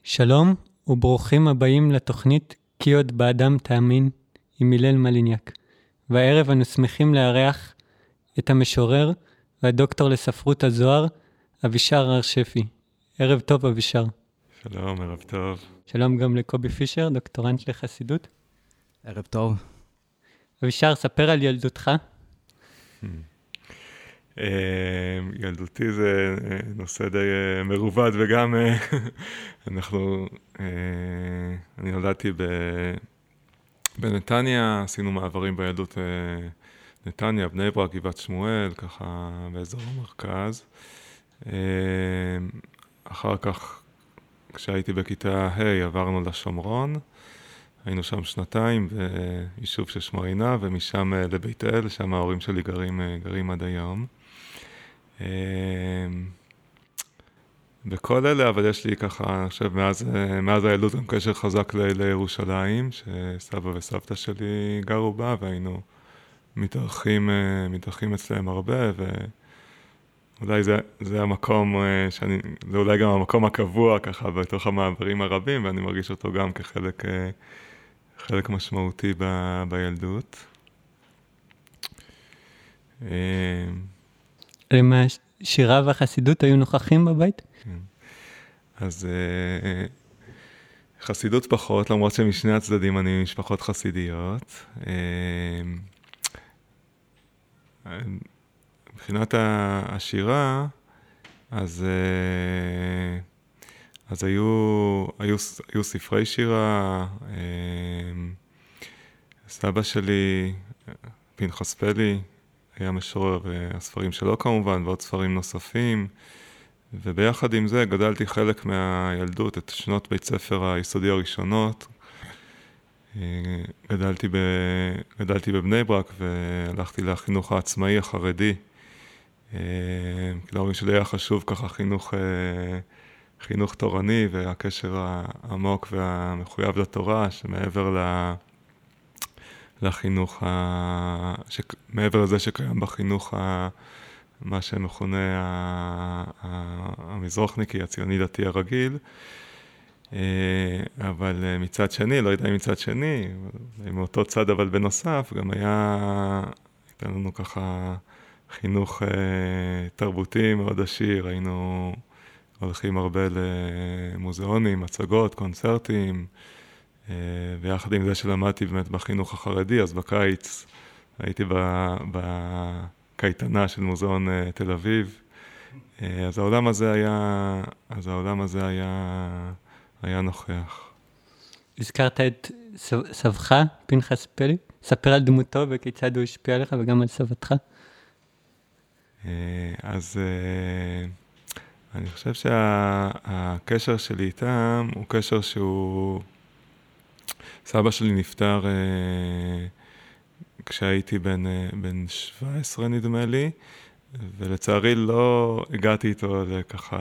שלום וברוכים הבאים לתוכנית כי עוד באדם תאמין עם הלל מליניאק. והערב אנו שמחים לארח את המשורר והדוקטור לספרות הזוהר אבישר הר-שפי. ערב טוב אבישר. שלום, ערב טוב. שלום גם לקובי פישר, דוקטורנט לחסידות. ערב טוב. אבישר, ספר על ילדותך. ילדותי זה נושא די מרובד, וגם אני נולדתי בנתניה, עשינו מעברים בילדות נתניה, בני ברק, גבעת שמואל, ככה באזור המרכז. אחר כך, כשהייתי בכיתה ה' עברנו לשומרון, היינו שם שנתיים ביישוב של שמרינה, ומשם לבית אל, שם ההורים שלי גרים עד היום. בכל אלה, אבל יש לי ככה, אני חושב, מאז הילדות גם קשר חזק לירושלים, שסבא וסבתא שלי גרו בה, והיינו מתארחים אצלם הרבה, ואולי זה המקום זה אולי גם המקום הקבוע ככה בתוך המעברים הרבים, ואני מרגיש אותו גם כחלק משמעותי בילדות. למה שירה והחסידות היו נוכחים בבית? כן. אז חסידות פחות, למרות שמשני הצדדים אני משפחות חסידיות. מבחינת השירה, אז היו ספרי שירה. סבא שלי, פנחס פלי, היה משורר, הספרים שלו כמובן, ועוד ספרים נוספים, וביחד עם זה גדלתי חלק מהילדות, את שנות בית ספר היסודי הראשונות. גדלתי בבני ברק והלכתי לחינוך העצמאי החרדי. כי להורים שלי היה חשוב ככה חינוך תורני, והקשר העמוק והמחויב לתורה, שמעבר לחינוך, מעבר לזה שקיים בחינוך מה שמכונה המזרוחניקי, הציוני דתי הרגיל. אבל מצד שני, לא יודע אם מצד שני, מאותו צד אבל בנוסף, גם הייתה לנו ככה חינוך תרבותי מאוד עשיר. היינו הולכים הרבה למוזיאונים, מצגות, קונצרטים, ויחד עם זה שלמדתי באמת בחינוך החרדי, אז בקיץ הייתי בקייטנה של מוזיאון תל אביב. אז העולם הזה היה נוכח. הזכרת את סבך, פנחס פלי? ספר על דמותו וכיצד הוא השפיע עליך וגם על סבתך. אז אני חושב שהקשר שלי איתם הוא קשר שהוא... סבא שלי נפטר כשהייתי בן 17 נדמה לי, ולצערי לא הגעתי איתו ככה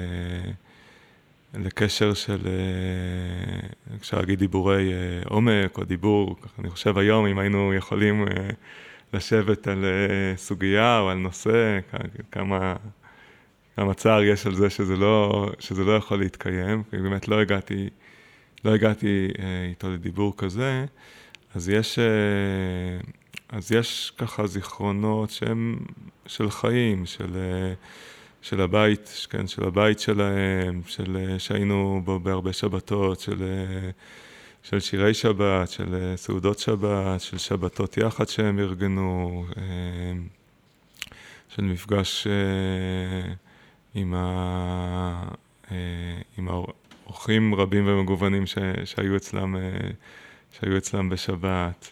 לקשר של, אפשר להגיד דיבורי עומק או דיבור. אני חושב היום אם היינו יכולים לשבת על סוגיה או על נושא, כמה צער יש על זה שזה לא יכול להתקיים, כי באמת לא הגעתי איתו לדיבור כזה. אז יש ככה זיכרונות שהם של חיים, של הבית, כן, של הבית שלהם, שהיינו בו בהרבה שבתות, של שירי שבת, של סעודות שבת, של שבתות יחד שהם ארגנו, של מפגש עם אורחים רבים ומגוונים שהיו אצלם בשבת.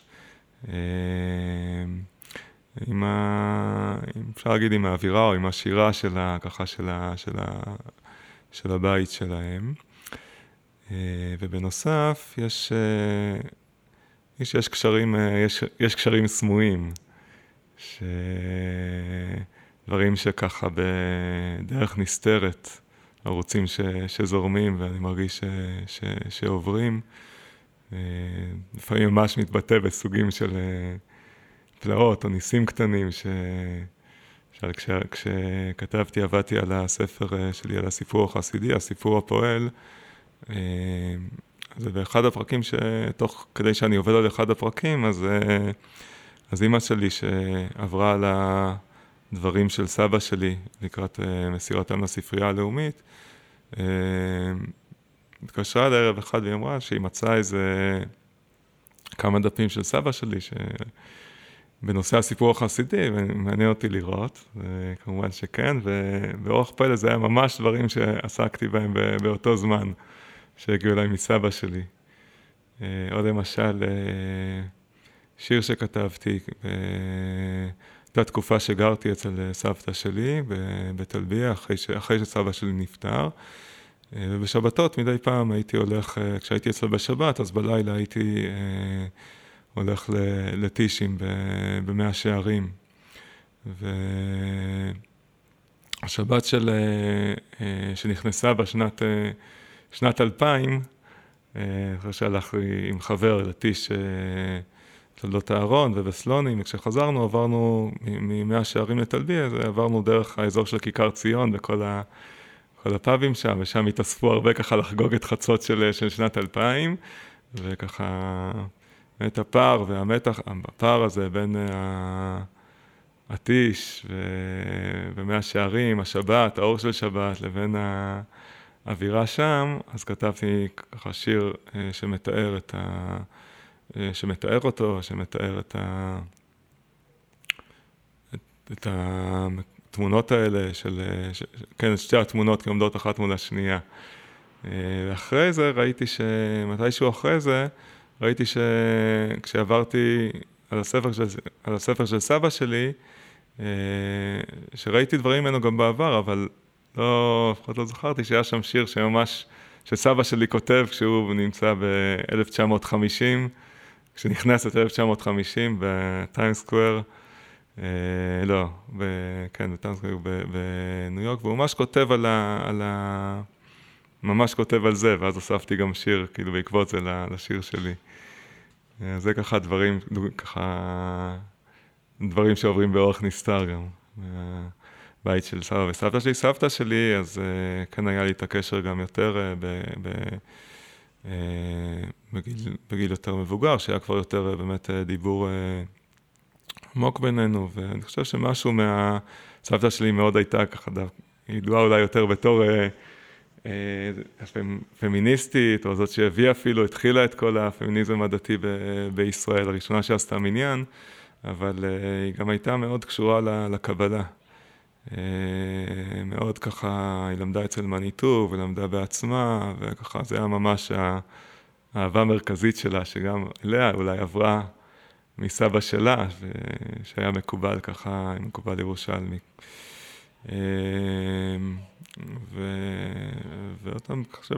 אפשר להגיד עם האווירה או עם השירה של הבית שלהם. ובנוסף יש קשרים סמויים, דברים שככה בדרך נסתרת, ערוצים שזורמים ואני מרגיש שעוברים. לפעמים ממש מתבטא בסוגים של פלאות או ניסים קטנים כשכתבתי, עבדתי על הספר שלי, על הסיפור החסידי, הסיפור הפועל, זה באחד הפרקים תוך כדי שאני עובד על אחד הפרקים, אז אמא שלי שעברה על הדברים של סבא שלי לקראת מסירתם לספרייה הלאומית, התקשרה לערב אחד והיא אמרה שהיא מצאה כמה דפים של סבא שלי בנושא הסיפור החסידי, ומעניין אותי לראות, כמובן שכן, ובאורח פלא זה היה ממש דברים שעסקתי בהם באותו זמן שהגיעו אליי מסבא שלי. עוד למשל, שיר שכתבתי, הייתה תקופה שגרתי אצל סבתא שלי בתלביה, אחרי שסבא שלי נפטר, ובשבתות מדי פעם הייתי הולך, כשהייתי אצלו בשבת, אז בלילה הייתי הולך לטישים במאה שערים. והשבת שנכנסה שנת 2000, אחרי שהלכתי עם חבר לטיש תולדות הארון ובסלונים, וכשחזרנו עברנו ממאה שערים לתלביה, עברנו דרך האזור של כיכר ציון וכל הפאבים שם, ושם התאספו הרבה ככה לחגוג את חצות של שנת 2000, וככה את הפער והמתח, הפער הזה בין הטיש ומאה שערים, השבת, האור של שבת, לבין האווירה שם, אז כתבתי ככה שיר שמתאר שמתאר את התמונות האלה כן, שתי התמונות כעומדות אחת מול השנייה. ואחרי זה מתישהו אחרי זה, ראיתי כשעברתי על הספר של סבא שלי, שראיתי דברים ממנו גם בעבר, אבל לפחות לא זכרתי שהיה שם שיר שסבא שלי כותב כשהוא נמצא ב-1950, כשנכנס את 1950 בטיים סקוואר, בטיים סקוואר בניו יורק, והוא ממש כותב על זה, ואז הוספתי גם שיר, כאילו בעקבות זה לשיר שלי. זה ככה דברים שעוברים באורך נסתר גם. בית של סבא וסבתא שלי. סבתא שלי, אז כן היה לי את הקשר גם יותר בגיל יותר מבוגר, שהיה כבר יותר באמת דיבור עמוק בינינו, ואני חושב שמשהו סבתא שלי מאוד הייתה ככה, ידועה אולי יותר בתור פמיניסטית, או זאת שהביאה אפילו, התחילה את כל הפמיניזם הדתי בישראל, הראשונה שעשתה מניין, אבל היא גם הייתה מאוד קשורה לקבלה. מאוד ככה, היא למדה אצל מניטו ולמדה בעצמה, וככה זה היה ממש האהבה המרכזית שלה, שגם אליה אולי עברה מסבא שלה, שהיה מקובל ככה, מקובל ירושלמי. ואותם חושב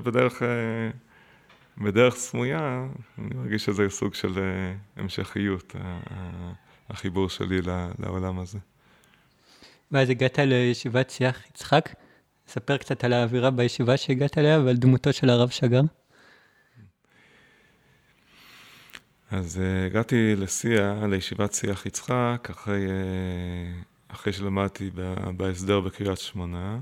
בדרך סמויה, אני מרגיש שזה סוג של המשכיות, החיבור שלי לעולם הזה. ואז הגעת לישיבת שיח יצחק, ספר קצת על האווירה בישיבה שהגעת אליה ועל דמותו של הרב שגר. אז הגעתי לישיבת שיח יצחק, אחרי שלמדתי בהסדר בקריית שמונה,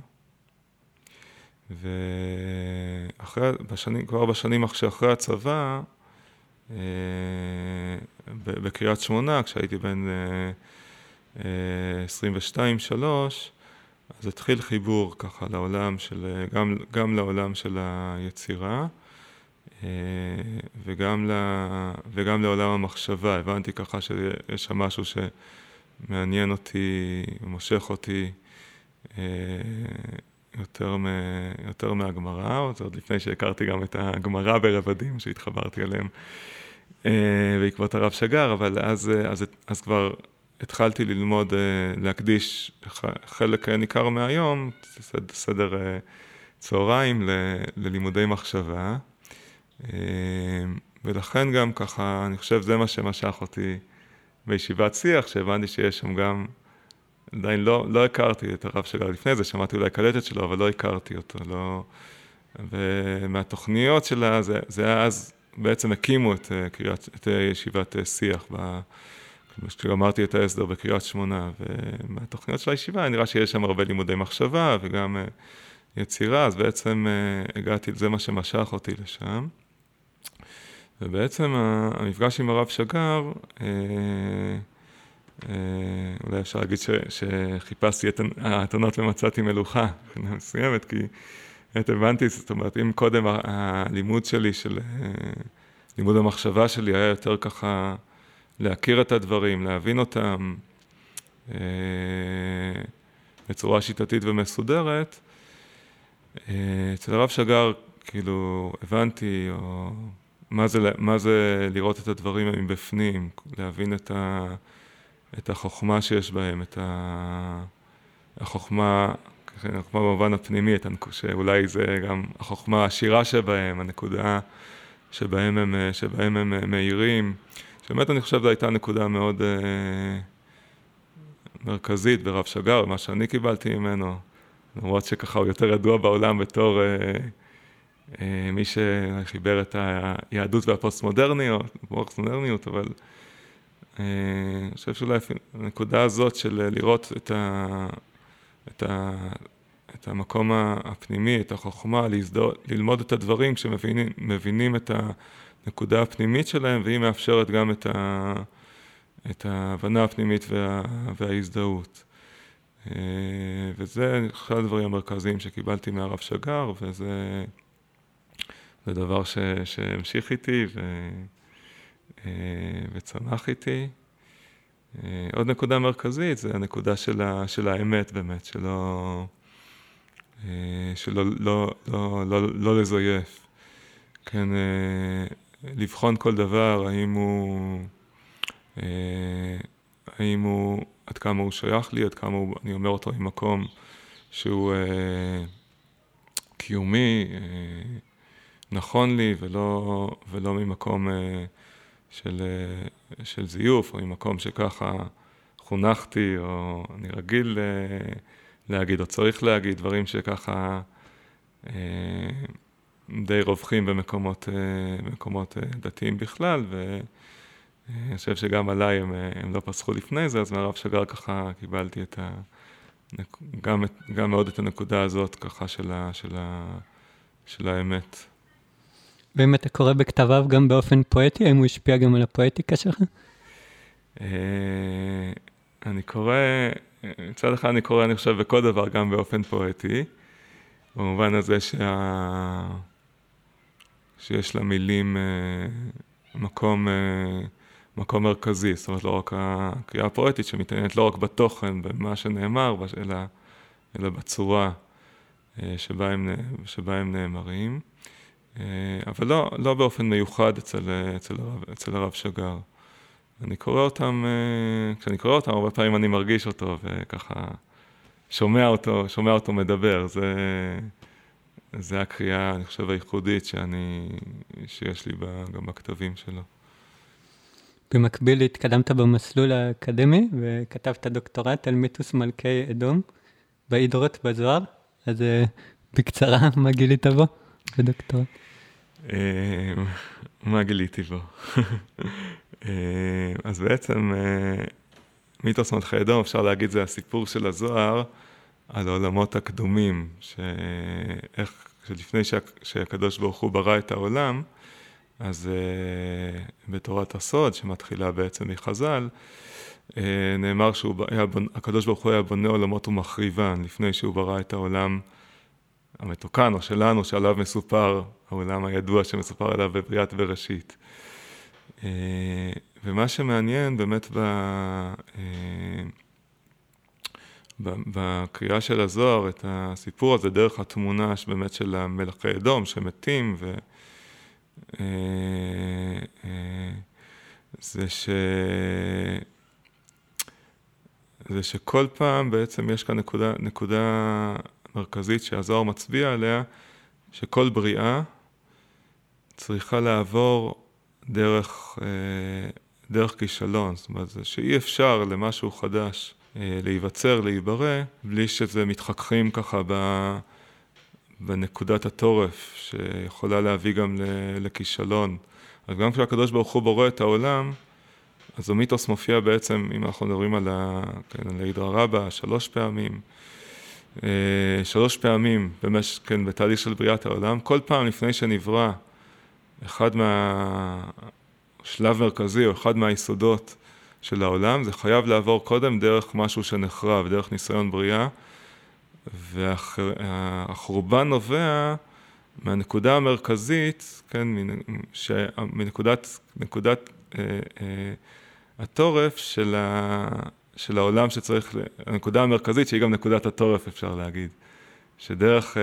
כבר בשנים שאחרי הצבא, בקריית שמונה, כשהייתי בן 22-3, אז התחיל חיבור ככה לעולם גם לעולם של היצירה, וגם לעולם המחשבה. הבנתי ככה שיש שם משהו שמעניין אותי, מושך אותי יותר מהגמרא, זה עוד לפני שהכרתי גם את הגמרא ברבדים שהתחברתי עליהם בעקבות הרב שגר, אבל אז כבר התחלתי ללמוד, להקדיש חלק ניכר מהיום, סדר צהריים ללימודי מחשבה, ולכן גם ככה, אני חושב זה מה שמשך אותי בישיבת שיח, שהבנתי שיש שם גם, עדיין לא הכרתי את הרב שגר לפני זה, שמעתי אולי קלטת שלו, אבל לא הכרתי אותו, ומהתוכניות שלה, זה היה אז, בעצם הקימו את ישיבת שיח, כשגמרתי את ההסדר בקריית שמונה, ומהתוכניות של הישיבה, נראה שיש שם הרבה לימודי מחשבה, וגם יצירה, אז בעצם הגעתי, זה מה שמשך אותי לשם. ובעצם המפגש עם הרב שגר, אולי אפשר להגיד שחיפשתי את האתונות ומצאתי מלוכה, מבחינה מסוימת, כי הבנתי, זאת אומרת, אם קודם הלימוד שלי, לימוד המחשבה שלי היה יותר ככה להכיר את הדברים, להבין אותם בצורה שיטתית ומסודרת, אצל הרב שגר כאילו הבנתי מה זה לראות את הדברים מבפנים, להבין את החוכמה שיש בהם, את החוכמה, במובן הפנימי, שאולי זה גם החוכמה העשירה שבהם, הנקודה שבהם הם מאירים. שבאמת אני חושב שזו הייתה נקודה מאוד מרכזית ברב שגר, מה שאני קיבלתי ממנו, למרות שככה הוא יותר ידוע בעולם בתור מי שחיבר את היהדות והפוסט-מודרניות, אבל אני חושב שאולי הנקודה הזאת של לראות את המקום הפנימי, את החוכמה, ללמוד את הדברים כשמבינים את הנקודה הפנימית שלהם, והיא מאפשרת גם את ההבנה הפנימית וההזדהות. וזה אחד הדברים המרכזיים שקיבלתי מהרב שגר, וזה דבר שהמשיך איתי וצמח איתי. עוד נקודה מרכזית זה הנקודה של האמת באמת, שלא לא לזויף. כן, לבחון כל דבר, האם הוא, עד כמה הוא שייך לי, עד כמה אני אומר אותו ממקום שהוא קיומי, נכון לי, ולא ממקום של זיוף, או ממקום שככה חונכתי, או אני רגיל להגיד, או צריך להגיד, דברים שככה די רווחים במקומות דתיים בכלל, ואני חושב שגם עליי הם לא פסחו לפני זה, אז מהרב שגר ככה קיבלתי גם מאוד את הנקודה הזאת ככה של האמת. ואם אתה קורא בכתביו גם באופן פואטי, האם הוא השפיע גם על הפואטיקה שלך? אני קורא, מצד אחד אני קורא, אני חושב, בכל דבר גם באופן פואטי, במובן הזה שיש למילים מקום מרכזי, זאת אומרת לא רק הקריאה הפואטית שמתעניינת לא רק בתוכן, במה שנאמר, אלא בצורה שבה הם נאמרים. אבל לא באופן מיוחד אצל הרב שגר. אני קורא אותם, כשאני קורא אותם, הרבה פעמים אני מרגיש אותו, וככה שומע אותו מדבר. זה הקריאה, אני חושב, הייחודית שיש לי גם בכתבים שלו. במקביל התקדמת במסלול האקדמי, וכתבת דוקטורט על מיתוס מלכי אדום, בהידרות בזוהר, אז בקצרה, מה גילית בו בדוקטורט? מה גיליתי בו? אז בעצם מיתוס מלכי אדום, אפשר להגיד, זה הסיפור של הזוהר על העולמות הקדומים, שלפני שהקדוש ברוך הוא ברא את העולם, אז בתורת הסוד, שמתחילה בעצם מחז"ל, נאמר שהקדוש ברוך הוא היה בונה עולמות ומחריבן, לפני שהוא ברא את העולם המתוקן, או שלנו, שעליו מסופר, העולם הידוע שמסופר עליו בבריאת בראשית. ומה שמעניין באמת בקריאה של הזוהר, את הסיפור הזה דרך התמונה באמת של המלכי אדום שמתים, זה שכל פעם בעצם יש כאן נקודה מרכזית שהזוהר מצביע עליה, שכל בריאה צריכה לעבור דרך כישלון, זאת אומרת, שאי אפשר למשהו חדש להיווצר, להיברא, בלי שזה מתחככים ככה בנקודת התורף, שיכולה להביא גם לכישלון. אז גם כשהקדוש ברוך הוא בורא את העולם, אז המיתוס מופיע בעצם, אם אנחנו מדברים על ההידרא רבה, 3 פעמים, 3 פעמים כן, בתהליך של בריאת העולם, כל פעם לפני שנברא אחד מהשלב מרכזי או אחד מהיסודות של העולם, זה חייב לעבור קודם דרך משהו שנחרב, דרך ניסיון בריאה, והחורבן נובע מהנקודה המרכזית, כן, מנקודת התורף של העולם שצריך, הנקודה המרכזית שהיא גם נקודת התורף אפשר להגיד, שדרך,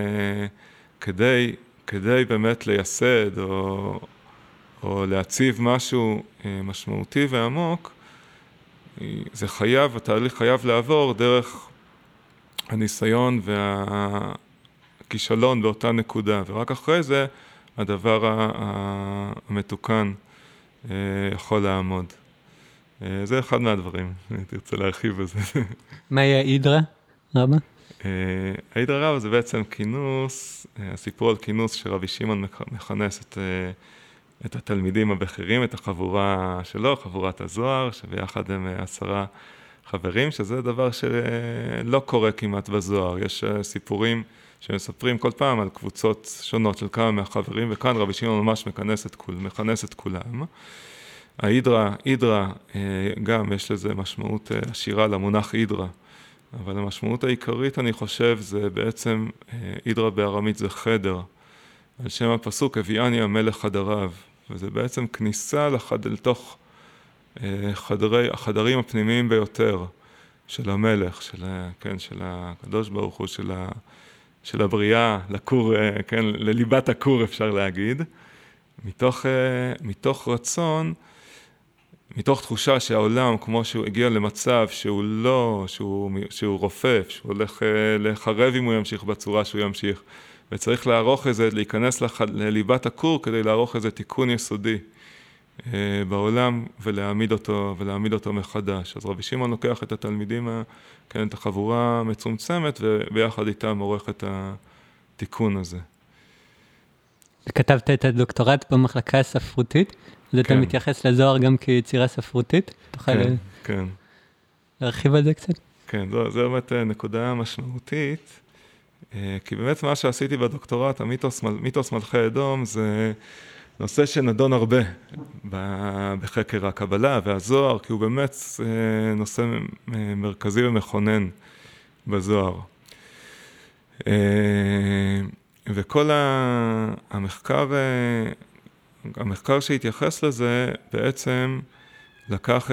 כדי באמת לייסד או להציב משהו משמעותי ועמוק, זה חייב, התהליך חייב לעבור דרך הניסיון והכישלון באותה נקודה, ורק אחרי זה הדבר המתוקן יכול לעמוד. זה אחד מהדברים, אני תרצה להרחיב בזה. מהי ההידרה רבה? ההידרה רבה זה בעצם כינוס, הסיפור על כינוס שרבי שמעון מכנס את התלמידים הבכירים, את החבורה שלו, חבורת הזוהר, שביחד הם 10 חברים, שזה דבר שלא קורה כמעט בזוהר. יש סיפורים שמספרים כל פעם על קבוצות שונות של כמה מהחברים, וכאן רבי שמעון ממש מכנס את כולם. ההידרה, גם יש לזה משמעות עשירה למונח הידרה, אבל המשמעות העיקרית אני חושב זה בעצם, הידרה בארמית זה חדר, על שם הפסוק הביאני המלך חדריו, וזה בעצם כניסה לתוך החדרים הפנימיים ביותר של המלך, של הקדוש ברוך הוא, של הבריאה, לליבת הכור אפשר להגיד, מתוך רצון, מתוך תחושה שהעולם, כמו שהוא הגיע למצב שהוא רופף, שהוא הולך לחרב אם הוא ימשיך בצורה שהוא ימשיך, וצריך לערוך להיכנס לליבת הכור כדי לערוך איזה תיקון יסודי בעולם ולהעמיד אותו מחדש. אז רבי שמעון לוקח את התלמידים, את החבורה מצומצמת, וביחד איתם עורך את התיקון הזה. כתבת את הדוקטורט במחלקה הספרותית, אז אתה מתייחס לזוהר גם כיצירה ספרותית? תוכל להרחיב על זה קצת? כן, זו באמת נקודה משמעותית, כי באמת מה שעשיתי בדוקטורט, מיתוס מלכי אדום, זה נושא שנדון הרבה בחקר הקבלה והזוהר, כי הוא באמת נושא מרכזי ומכונן בזוהר. וכל המחקר שהתייחס לזה בעצם לקח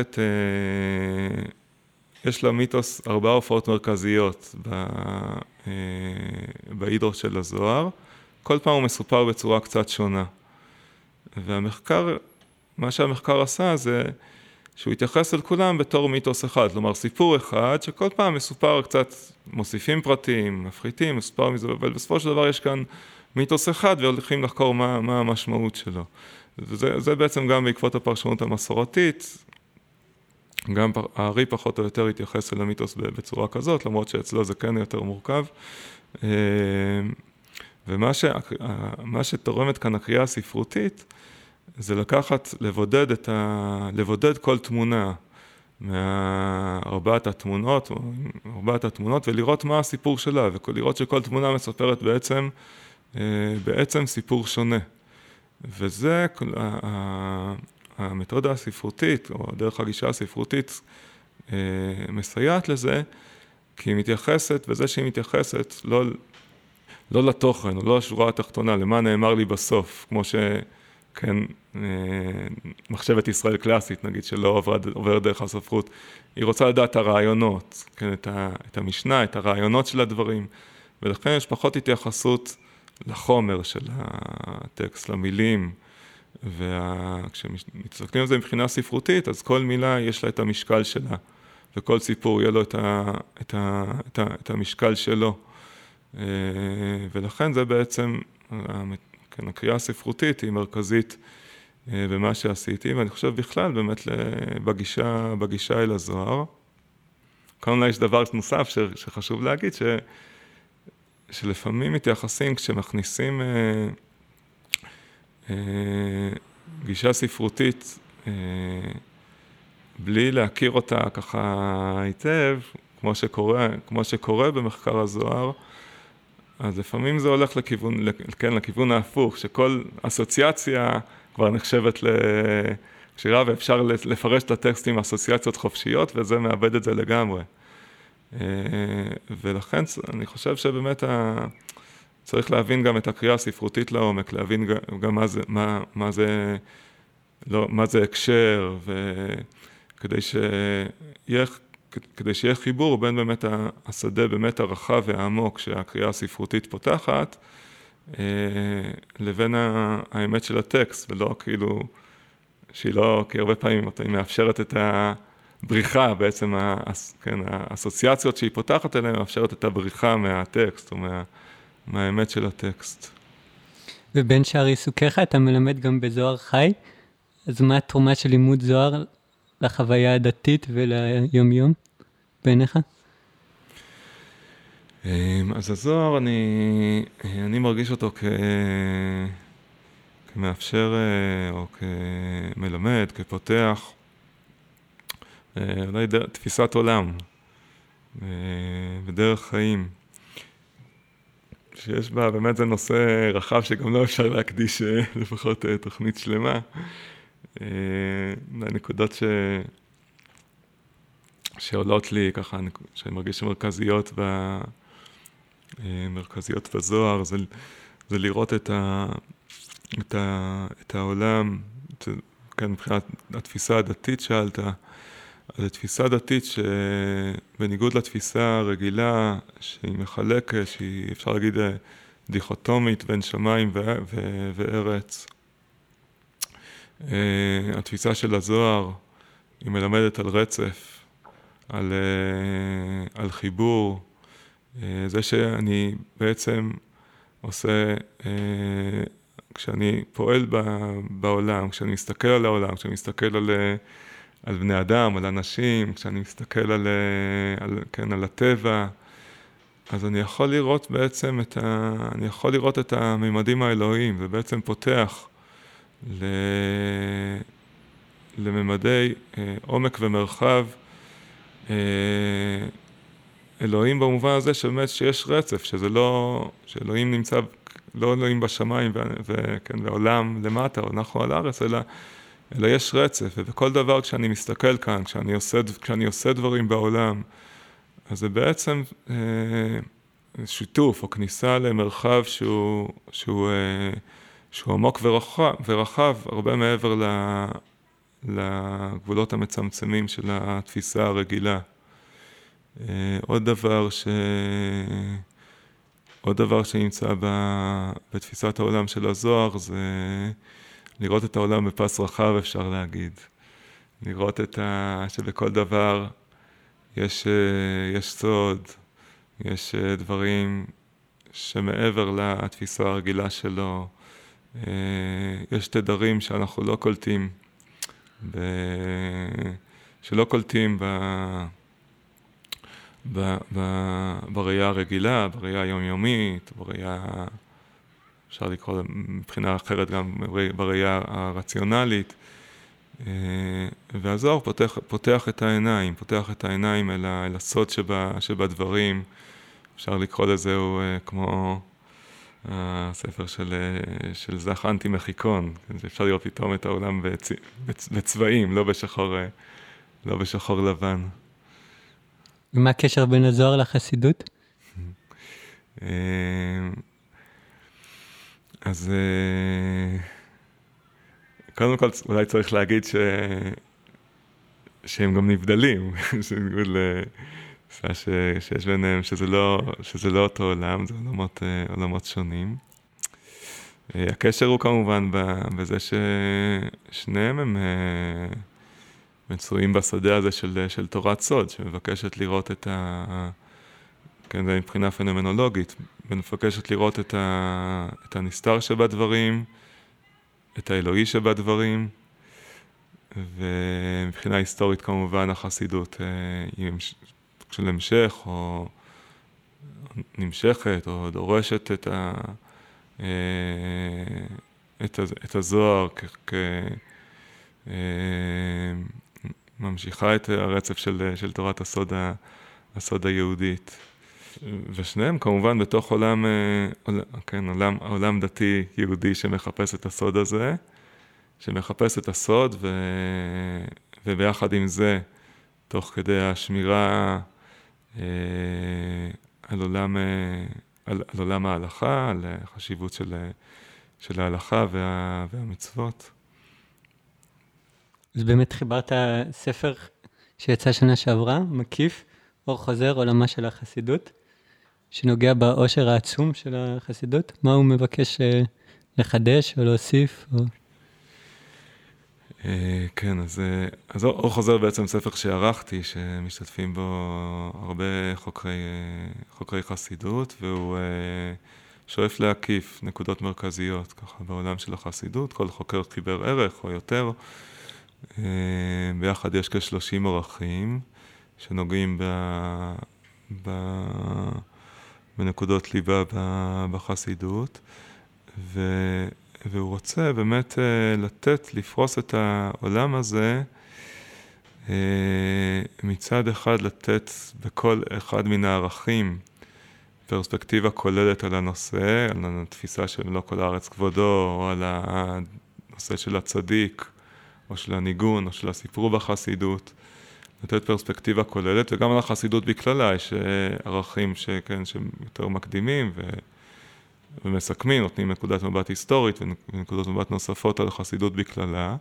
יש למיתוס 4 הופעות מרכזיות בהידרו של הזוהר, כל פעם הוא מסופר בצורה קצת שונה. והמחקר, מה שהמחקר עשה זה שהוא התייחס אל כולם בתור מיתוס אחד, כלומר סיפור אחד שכל פעם מסופר קצת, מוסיפים פרטים, מפחיתים, מסופר מזה, אבל בסופו של דבר יש כאן מיתוס אחד והולכים לחקור מה המשמעות שלו. זה בעצם גם בעקבות הפרשנות המסורתית, גם הארי פחות או יותר התייחס אל המיתוס בצורה כזאת, למרות שאצלו זה כן יותר מורכב. ומה שתורמת כאן הקריאה הספרותית, זה לבודד כל תמונה מארבעת התמונות, ולראות מה הסיפור שלה, ולראות שכל תמונה מספרת בעצם סיפור שונה. וזה המתודה הספרותית, או דרך הגישה הספרותית, מסייעת לזה, כי היא מתייחסת, וזה שהיא מתייחסת לא לתוכן, או לא לשורה התחתונה, למה נאמר לי בסוף, כמו שכן, מחשבת ישראל קלאסית, נגיד, שלא עובר דרך הספרות, היא רוצה לדעת את הרעיונות, כן, את המשנה, את הרעיונות של הדברים, ולכן יש פחות התייחסות לחומר של הטקסט, למילים, וכשמסתכלים על זה מבחינה ספרותית, אז כל מילה יש לה את המשקל שלה, וכל סיפור יהיה לו את המשקל שלו. ולכן זה בעצם, הקריאה הספרותית היא מרכזית במה שעשיתי, ואני חושב בכלל באמת בגישה אל הזוהר. כאן אולי יש דבר נוסף שחשוב להגיד, שלפעמים מתייחסים כשמכניסים גישה ספרותית בלי להכיר אותה ככה היטב, כמו שקורה במחקר הזוהר, אז לפעמים זה הולך לכיוון ההפוך, שכל אסוציאציה כבר נחשבת לקשירה, ואפשר לפרש את הטקסט עם אסוציאציות חופשיות, וזה מאבד את זה לגמרי. ולכן אני חושב שבאמת צריך להבין גם את הקריאה הספרותית לעומק, להבין גם מה זה הקשר, כדי שיהיה חיבור בין באמת השדה באמת הרחב והעמוק שהקריאה הספרותית פותחת, לבין האמת של הטקסט, ולא כאילו, שהיא לא, כי הרבה פעמים היא מאפשרת את הבריחה, בעצם האסוציאציות שהיא פותחת אליהן, מאפשרת את הבריחה מהטקסט, או מהאמת של הטקסט. ובין שאר עיסוקיך אתה מלמד גם בזוהר חי, אז מה התרומה של לימוד זוהר לחוויה הדתית וליום-יום בעיניך? אז הזוהר, אני מרגיש אותו כמאפשר או כמלמד, כפותח, אולי תפיסת עולם ודרך חיים, שיש בה, באמת זה נושא רחב שגם לא אפשר להקדיש לפחות תוכנית שלמה. הנקודות שעולות לי ככה, שאני מרגיש מרכזיות בזוהר, זה לראות את העולם, כן, מבחינת התפיסה הדתית שאלת, אז התפיסה הדתית שבניגוד לתפיסה הרגילה, שהיא מחלקת, שהיא אפשר להגיד דיכוטומית בין שמיים וארץ, התפיסה של הזוהר היא מלמדת על רצף, על חיבור, זה שאני בעצם עושה, כשאני פועל בעולם, כשאני מסתכל על העולם, כשאני מסתכל על בני אדם, על אנשים, כשאני מסתכל על הטבע, אז אני יכול לראות בעצם את הממדים האלוהיים, זה בעצם פותח לממדי עומק ומרחב אלוהים במובן הזה שבאמת שיש רצף, שאלוהים נמצא, לא אלוהים בשמיים ועולם למטה, או אנחנו על הארץ, אלא יש רצף, ובכל דבר כשאני מסתכל כאן, כשאני עושה דברים בעולם, אז זה בעצם שיתוף או כניסה למרחב שהוא עמוק ורחב, הרבה מעבר לגבולות המצמצמים של התפיסה הרגילה. עוד דבר שנמצא בתפיסת העולם של הזוהר, זה לראות את העולם בפס רחב, אפשר להגיד. לראות שבכל דבר יש סוד, יש דברים שמעבר לתפיסה הרגילה שלו, יש תדרים שאנחנו לא קולטים, שלא קולטים בראייה הרגילה, בראייה היומיומית, בראייה, אפשר לקרוא מבחינה אחרת גם בראייה הרציונלית, והזוהר פותח את העיניים אל הסוד שבדברים. אפשר לקרוא לזה כמו הספר של זך אנטי מחיקון, אפשר לראות פתאום את העולם בצבעים, לא בשחור לבן. ומה הקשר בין הזוהר לחסידות? אז קודם כל אולי צריך להגיד שהם גם נבדלים, שיש ביניהם שזה לא אותו עולם, זה עולמות שונים. הקשר הוא כמובן בזה ששניהם הם מצויים בשדה הזה של תורת סוד, שמבקשת לראות כן, זה מבחינה פנומנולוגית, מבקשת לראות את הנסתר שבדברים, את האלוהי שבדברים, ומבחינה היסטורית כמובן החסידות היא של המשך, או נמשכת, או דורשת את הזוהר ממשיכה את הרצף של תורת הסוד הסוד היהודית. ושניהם כמובן בתוך עולם דתי יהודי שמחפש את הסוד הזה, שמחפש את הסוד וביחד עם זה, תוך כדי השמירה על עולם ההלכה, על החשיבות של ההלכה והמצוות. אז באמת חיברת ספר שיצא שנה שעברה, מקיף, אור חוזר, עולמה של החסידות, שנוגע באושר העצום של החסידות. מה הוא מבקש לחדש או להוסיף? כן, אז אור חוזר בעצם ספר שערכתי, שמשתתפים בו הרבה חוקרי חסידות, והוא שואף להקיף נקודות מרכזיות, ככה בעולם של החסידות, כל חוקר חיבר ערך או יותר. ביחד יש כ-30 ערכים שנוגעים בנקודות ליבה בחסידות, והוא רוצה באמת לפרוס את העולם הזה, מצד אחד לתת בכל אחד מן הערכים פרספקטיבה כוללת על הנושא, על התפיסה של לא כל הארץ כבודו, או על הנושא של הצדיק, או של הניגון, או של הסיפור בחסידות, לתת פרספקטיבה כוללת, וגם על החסידות בכללה יש ערכים שהם יותר מקדימים ומסכמים, נותנים נקודת מבט היסטורית ונקודות מבט נוספות על החסידות בכללה,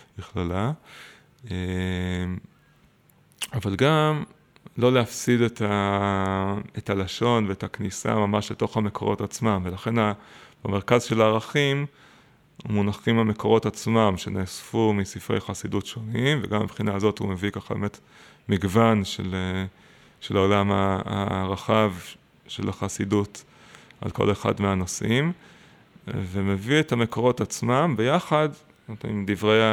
אבל גם לא להפסיד את הלשון ואת הכניסה ממש לתוך המקורות עצמם, ולכן במרכז של הערכים מונחים המקורות עצמם שנאספו מספרי חסידות שונים, וגם מבחינה הזאת הוא מביא ככה באמת מגוון של העולם הרחב של החסידות על כל אחד מהנושאים, ומביא את המקורות עצמם ביחד עם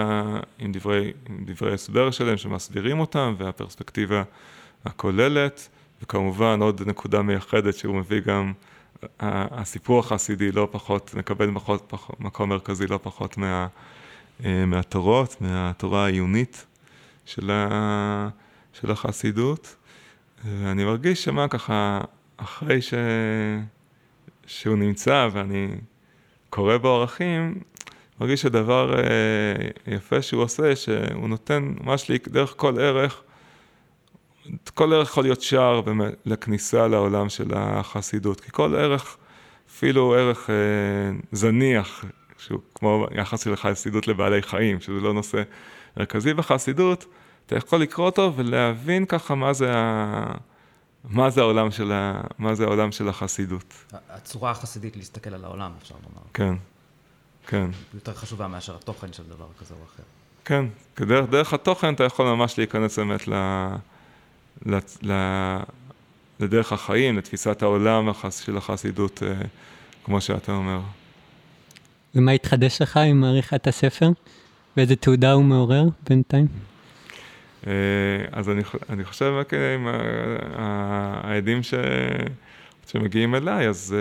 דברי הסבר שלהם שמסבירים אותם, והפרספקטיבה הכוללת, וכמובן עוד נקודה מייחדת שהוא מביא גם הסיפור החסידי לא פחות, מקבל מקום מרכזי לא פחות מהתורות, מהתורה העיונית של החסידות. ואני מרגיש שמה ככה, אחרי שהוא נמצא ואני קורא בו ערכים, מרגיש שדבר יפה שהוא עושה, שהוא נותן ממש דרך כל ערך, כל ערך יכול להיות שער לכניסה לעולם של החסידות, כי כל ערך, אפילו ערך זניח, שהוא כמו יחס של החסידות לבעלי חיים, שזה לא נושא מרכזי בחסידות, אתה יכול לקרוא אותו ולהבין ככה מה זה העולם של החסידות. הצורה החסידית להסתכל על העולם, אפשר לומר. כן, כן. יותר חשובה מאשר התוכן של דבר כזה או אחר. כן, דרך התוכן אתה יכול ממש להיכנס באמת לדרך החיים, לתפיסת העולם של החסידות, כמו שאתה אומר. ומה התחדש לך עם עריכת הספר? ואיזה תעודה הוא מעורר בינתיים? אז אני חושב עם העדים שמגיעים אליי, אז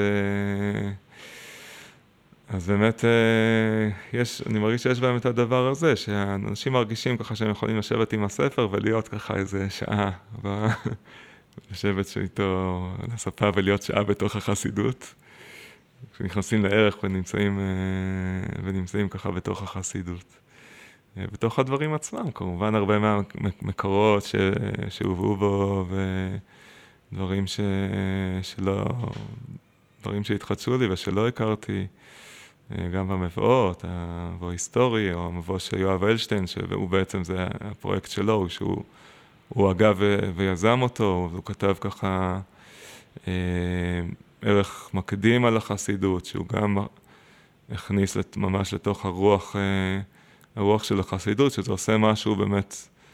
באמת אני מרגיש שיש בהם את הדבר הזה, שהאנשים מרגישים ככה שהם יכולים לשבת עם הספר ולהיות ככה איזה שעה, לשבת איתו על הספה ולהיות שעה בתוך החסידות, כשנכנסים לערך ונמצאים ככה בתוך החסידות. בתוך הדברים עצמם, כמובן הרבה מהמקורות שהובאו בו ודברים דברים שהתחדשו לי ושלא הכרתי, גם במבואות, המבוא היסטורי, או המבוא של יואב אלשטיין, שהוא בעצם זה הפרויקט שלו, שהוא הגה ויזם אותו, והוא כתב ככה ערך מקדים על החסידות, שהוא גם הכניס ממש לתוך הרוח של החסידות, שזה עושה משהו באמת,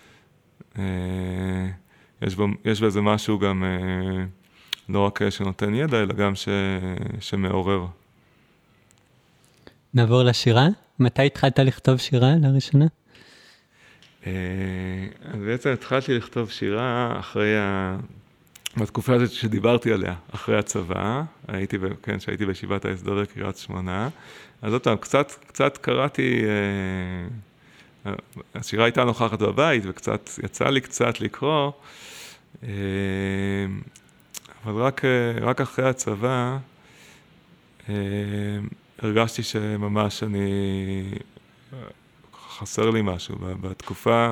יש בזה משהו גם לא רק שנותן ידע, אלא גם שמעורר. נעבור לשירה. מתי התחלת לכתוב שירה לראשונה? אז בעצם התחלתי לכתוב שירה בתקופה הזאת שדיברתי עליה, אחרי הצבא, שהייתי בישיבת ההסדר בקריית שמונה, אז אותם, קצת קראתי, השירה הייתה נוכחת בבית, וקצת, יצא לי קצת לקרוא, אבל רק אחרי הצבא הרגשתי שממש חסר לי משהו. בתקופה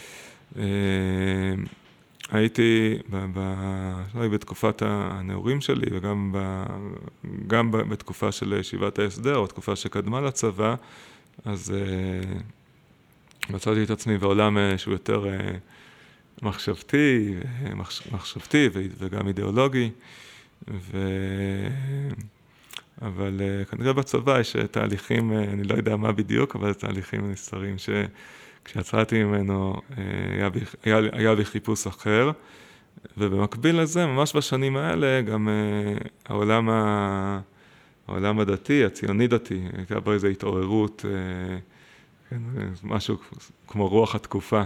הייתי בתקופת הנעורים שלי וגם בתקופה של ישיבת ההסדר, או תקופה שקדמה לצבא, אז מצאתי את עצמי בעולם שהוא יותר מחשבתי וגם אידיאולוגי, אבל כנראה בצבא יש תהליכים, אני לא יודע מה בדיוק, אבל תהליכים נסתרים שכשיצאתי ממנו היה לי חיפוש אחר, ובמקביל לזה, ממש בשנים האלה, גם העולם הדתי, הציוני דתי, הייתה בו איזו התעוררות, משהו כמו רוח התקופה,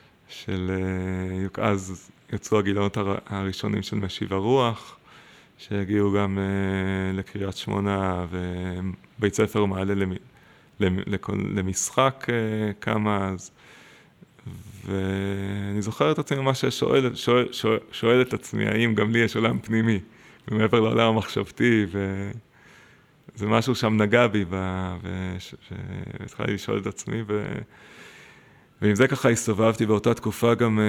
אז יצאו הגיליונות הראשונים של משיב הרוח, שהגיעו גם לקריית שמונה, ובית ספר מעלה למשחק כמה אז, ואני זוכר את עצמי ממש שואל את עצמי, האם גם לי יש עולם פנימי, ומעבר לעולם המחשבתי, וזה משהו שם נגע בי, והתחלתי לשאול את עצמי, ועם זה ככה הסתובבתי באותה תקופה גם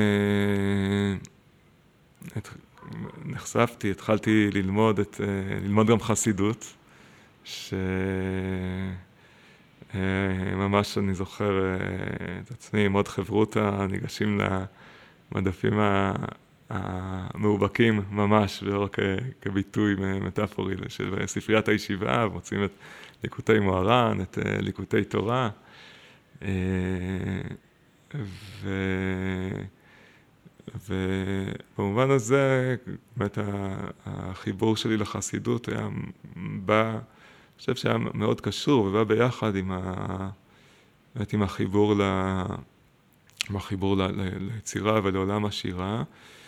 נחשפתי, התחלתי ללמוד גם חסידות, ממש אני זוכר את עצמי עם עוד חברותה, ניגשים למדפים המאובקים ממש, ולא רק כביטוי מטאפורי של ספריית הישיבה, מוצאים את ליקוטי מוהר"ן, את ליקוטי תורה, ובמובן הזה, באמת החיבור שלי לחסידות היה בא, אני חושב שהיה מאוד קשור, ובא ביחד עם החיבור ליצירה ולעולם השירה,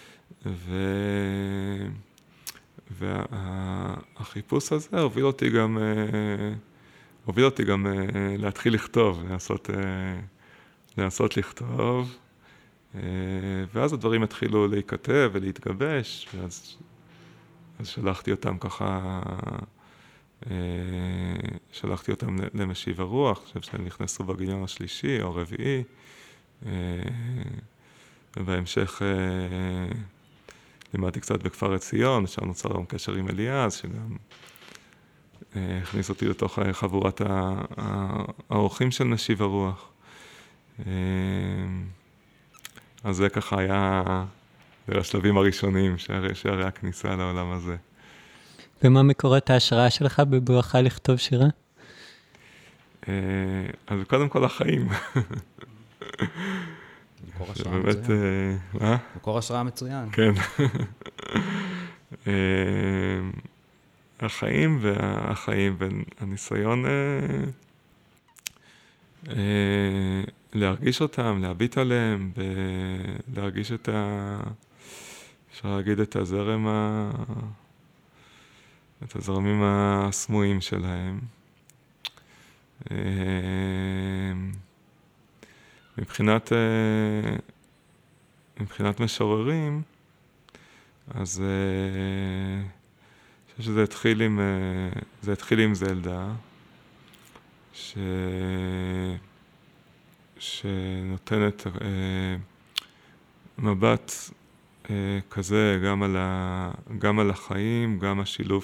והחיפוש הזה הוביל אותי גם להתחיל לכתוב, לנסות לכתוב, ואז הדברים התחילו להיכתב ולהתגבש, ואז שלחתי אותם ככה, למשיב הרוח, אני חושב שהם נכנסו בגיליון השלישי או הרביעי, ובהמשך לימדתי קצת בכפר עציון, שם נוצר גם קשר עם אליעז, שגם הכניס אותי לתוך חבורת האורחים של משיב הרוח. אז זה ככה היה השלבים הראשונים, שערי הכניסה לעולם הזה. ומה מקורת ההשראה שלך בבואך לכתוב שירה? אז קודם כל החיים. מקור השראה מצוין. מה? מקור השראה מצוין. כן. החיים והניסיון להרגיש אותם, להביט עליהם, להרגיש אפשר להגיד את הזרמים הסמויים שלהם. מבחינת משוררים, אז אני חושב שזה התחיל עם זלדה, שנותנת מבט כזה גם על החיים, גם השילוב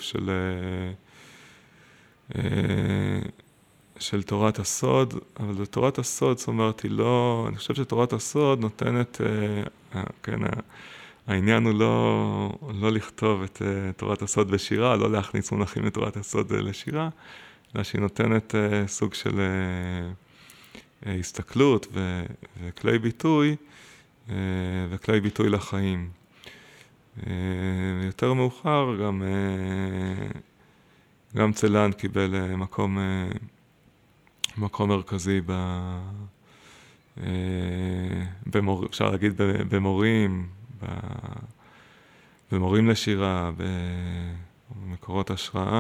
של תורת הסוד, אבל תורת הסוד, זאת אומרת, אני חושב שתורת הסוד נותנת, כן, העניין הוא לא לכתוב את תורת הסוד בשירה, לא להכניס מונחים לתורת הסוד לשירה, אלא שהיא נותנת סוג של הסתכלות וכלי ביטוי לחיים. יותר מאוחר גם צלן קיבל מקום מרכזי אפשר להגיד במורים לשירה, במקורות השראה.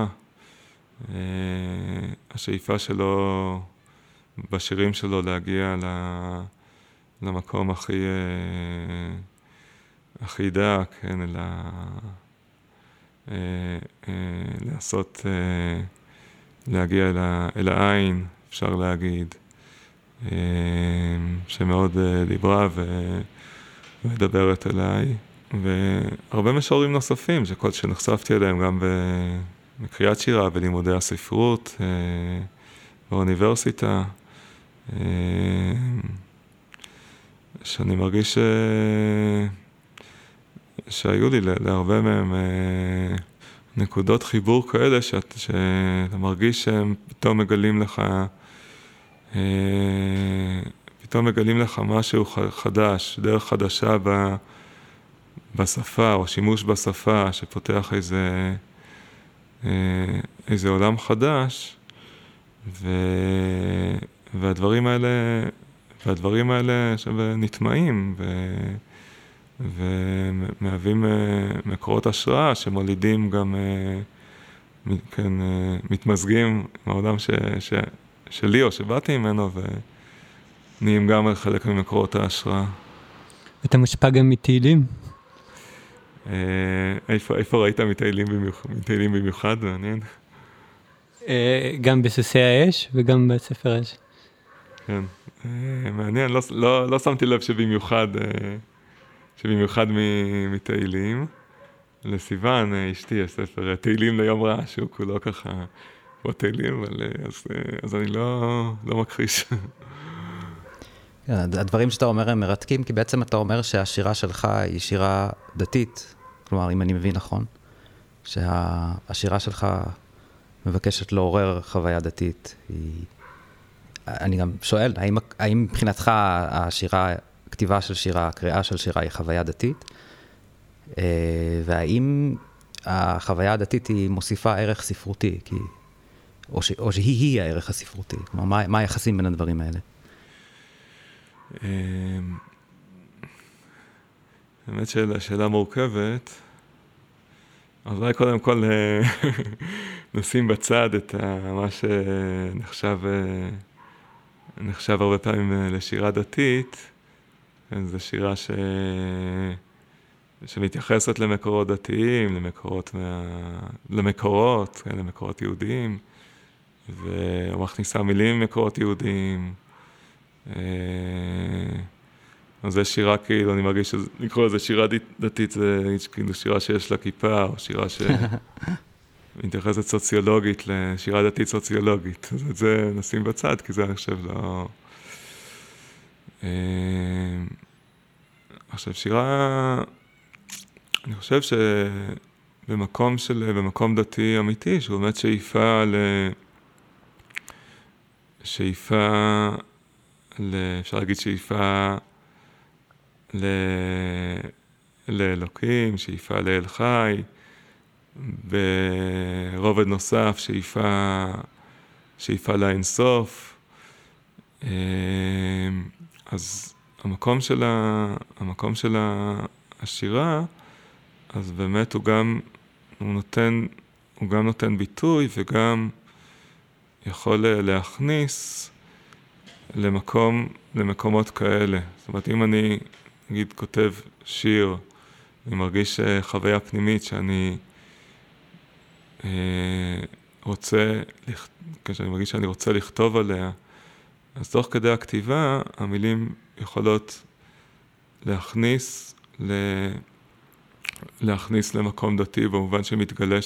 השאיפה שלו בשירים שלו להגיע למקום אחידה, כן, אלא לעשות, להגיע אל העין, אפשר להגיד, שמאוד דיברה ומדברת אליי, והרבה משוררים נוספים שנחשפתי אליהם גם בקריאת שירה, בלימודי הספרות, באוניברסיטה, שאני מרגיש שהיו לי להרבה מהם נקודות חיבור כאלה שאתה מרגיש שהם פתאום מגלים לך משהו חדש, דרך חדשה בשפה או שימוש בשפה שפותח איזה עולם חדש, והדברים האלה נטמעים ומהווים מקורות השראה שמולידים גם, כן, מתמזגים עם העולם שלי או שבאתי ממנו ונהיים גם חלק ממקורות ההשראה. אתה מושפע גם מתהילים? איפה ראית מתהילים במיוחד? מעניין. גם בסוסי האש וגם בספר האש. כן, מעניין, לא שמתי לב שבמיוחד מתהילים. לסיוון, אשתי, יש ספר תהילים ליום רע, שהוא כולו ככה בתהילים, אז אני לא מכחיש. הדברים שאתה אומר הם מרתקים, כי בעצם אתה אומר שהשירה שלך היא שירה דתית, כלומר, אם אני מבין נכון, שהשירה שלך מבקשת לעורר חוויה דתית. אני גם שואל, האם מבחינתך השירה, כתיבה של שירה, הקריאה של שירה היא חוויה דתית? והאם החוויה הדתית היא מוסיפה ערך ספרותי, או שהיא הערך הספרותי? כלומר, מה היחסים בין הדברים האלה? באמת שאלה מורכבת. אז אולי קודם כל נשים בצד את מה שנחשב הרבה פעמים לשירה דתית. זו שירה שמתייחסת למקורות דתיים, למקורות יהודיים, ומכניסה מילים ממקורות יהודיים. אז זה שירה כאילו, אני מרגיש לקרוא לזה שירה דתית, זה כאילו שירה שיש לה כיפה, או שירה שמתייחסת סוציולוגית, לשירה דתית סוציולוגית. אז את זה נשים בצד, כי זה אני חושב לא... עכשיו, שירה... אני חושב שבמקום דתי אמיתי, שהוא באמת אפשר להגיד שאיפה לאלוקים, שאיפה לאל חי, ברובד נוסף שאיפה לאינסוף. אז המקום של השירה, אז באמת הוא גם נותן ביטוי וגם יכול להכניס למקומות כאלה. זאת אומרת, אם אני נגיד כותב שיר, אני מרגיש חוויה פנימית שאני כשאני מרגיש שאני רוצה לכתוב עליה, אז תוך כדי הכתיבה, המילים יכולות להכניס למקום דתי, במובן שמתגלה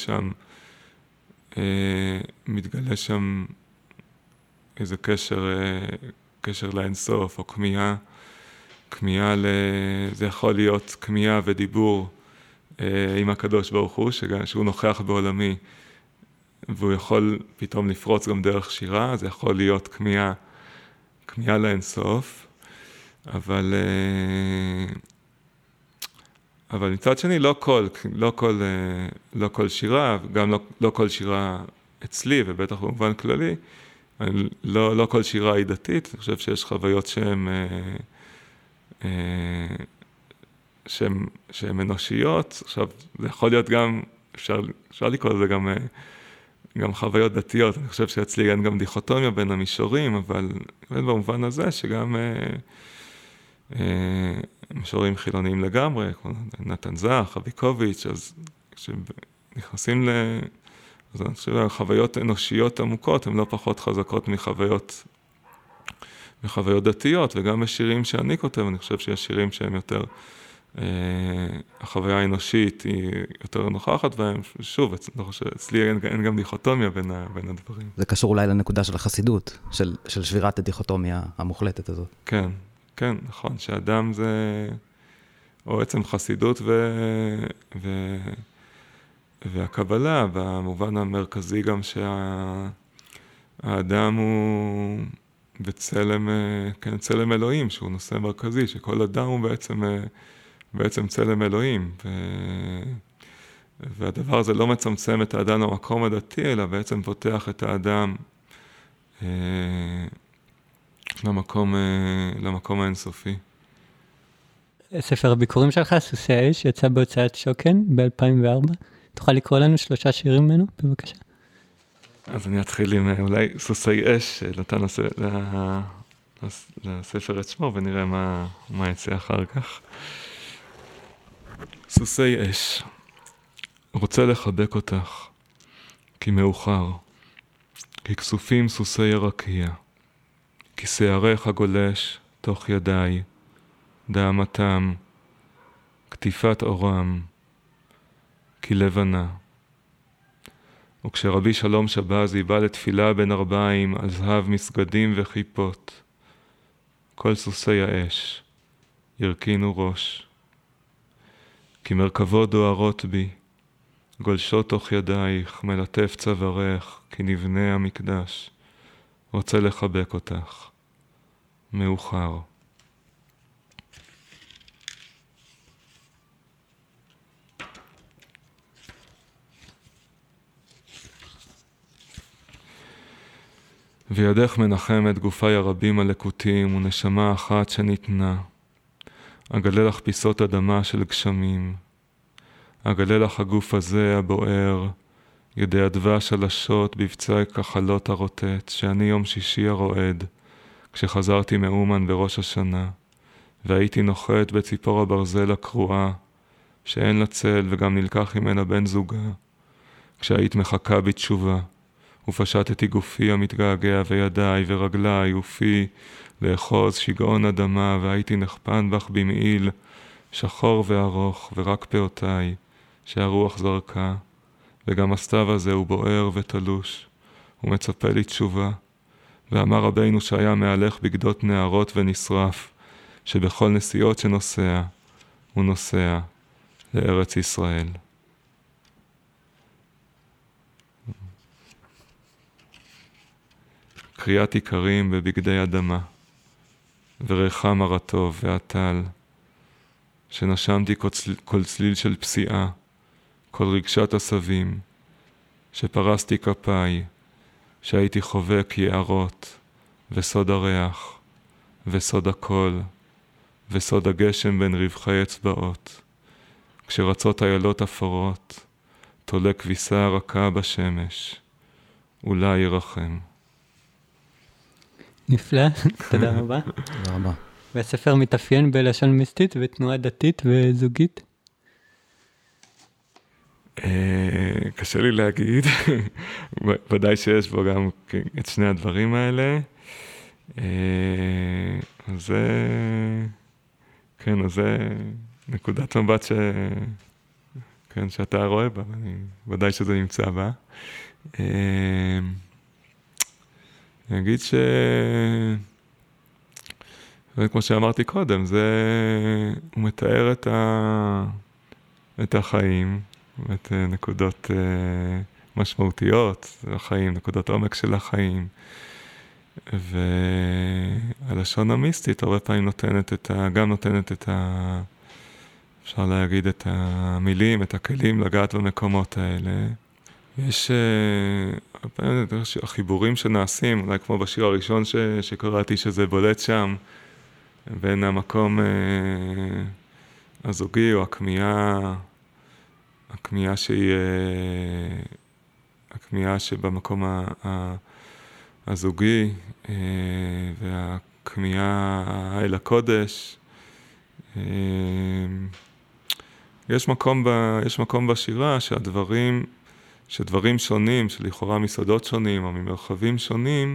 שם איזה קשר לאינסוף, או כמיהה זה יכול להיות כמיהה ודיבור עם הקדוש ברוך הוא, שהוא נוכח בעולמי, והוא יכול פתאום לפרוץ גם דרך שירה, זה יכול להיות כמיהה לאינסוף, אבל מצד שני לא כל שירה, גם לא כל שירה אצלי, ובטח במובן כללי, לא כל שירה היא דתית. אני חושב שיש חוויות שהן אנושיות. עכשיו, זה יכול להיות גם, אפשר לקרוא לזה גם חוויות דתיות. אני חושב שאצלי אין גם דיכוטומיה בין המישורים, אבל במובן הזה שגם משוררים חילוניים לגמרי, כמו נתן זך, אביקוביץ', אז כשנכנסים אז אני חושב, חוויות אנושיות עמוקות, הן לא פחות חזקות מחוויות דתיות, וגם בשירים שאני כותב, אני חושב שיש שירים שהם יותר, החוויה האנושית היא יותר נוכחת, והם, שוב, אצלי אין גם דיכוטומיה בין הדברים. זה קשור אולי לנקודה של החסידות, של שבירת הדיכוטומיה המוחלטת הזאת. כן, כן, נכון, שאדם זה, או עצם חסידות והקבלה, במובן המרכזי גם שהאדם הוא בצלם, כן, צלם אלוהים, שהוא נושא מרכזי, שכל אדם הוא בעצם צלם אלוהים. והדבר הזה לא מצמצם את האדם למקום הדתי, אלא בעצם פותח את האדם למקום האינסופי. ספר הביקורים שלך, סוסי האש, יצא בהוצאת שוקן ב-2004. תוכל לקרוא לנו 3 שירים ממנו, בבקשה. אז אני אתחיל עם אולי סוסי אש, נתן לספר את שמו, ונראה מה יצא אחר כך. סוסי אש, רוצה לחבק אותך, כי מאוחר, כי כסופים סוסי הרקיע, כי שערך הגולש תוך ידיי, דעמתם, כתיפת אורם, כי לבנה. וכשרבי שלום שבזי בא לתפילה בין 4 על זהב מסגדים וחיפות, כל סוסי האש ירקינו ראש. כי מרכבות דוהרות בי, גולשות תוך ידייך, מלטף צווארך, כי נבנה המקדש, רוצה לחבק אותך, מאוחר. וידך מנחמת גופי הרבים הלקוטים ונשמה אחת שניתנה. אגלה לך פיסות אדמה של גשמים. אגלה לך הגוף הזה הבוער, ידי הדבש הלשות בבצע כחלות הרוטט, שאני יום שישי הרועד, כשחזרתי מאומן בראש השנה, והייתי נוחת בציפור הברזל הקרועה, שאין לה צל וגם נלקח ממנה בן זוגה, כשהיית מחכה בתשובה. ופשטתי גופי המתגעגע וידיי ורגליי ופי לאחוז שגעון אדמה, והייתי נחפן בך במעיל שחור וארוך, ורק פאותיי שהרוח זרקה, וגם הסתיו הזה הוא בוער ותלוש, הוא מצפה לי תשובה. ואמר רבינו שהיה מהלך בגדות נערות ונשרף, שבכל נסיעות שנוסע הוא נוסע לארץ ישראל. קריאת עיקרים בבגדי אדמה, וריחם הרטוב והטל, שנשמתי כל צליל של פסיעה, כל רגשת עשבים, שפרסתי כפיי, שהייתי חובק יערות, וסוד הריח, וסוד הקול, וסוד הגשם בין רווחי אצבעות, כשרצות איילות אפורות, תולה כביסה רכה בשמש, אולי ירחם. נפלא, תודה רבה. תודה רבה. והספר מתאפיין בלשון מיסטית ותנועה דתית וזוגית? קשה לי להגיד, ודאי שיש בו גם את שני הדברים האלה. אז זה נקודת מבט שאתה רואה בה, ודאי שזה נמצא בה. אני אגיד כמו שאמרתי קודם, הוא מתאר את החיים, את נקודות משמעותיות לחיים, נקודות עומק של החיים. והלשון המיסטית הרבה פעמים נותנת אפשר להגיד את המילים, את הכלים לגעת במקומות האלה. יש החיבורים שנעשים, אולי כמו בשיר הראשון שקראתי, שזה בולט שם, בין המקום הזוגי או הכמיהה שבמקום הזוגי, והכמיהה אל הקודש, יש מקום בשירה שדברים שונים, שלכאורה מסודות שונים או ממרחבים שונים,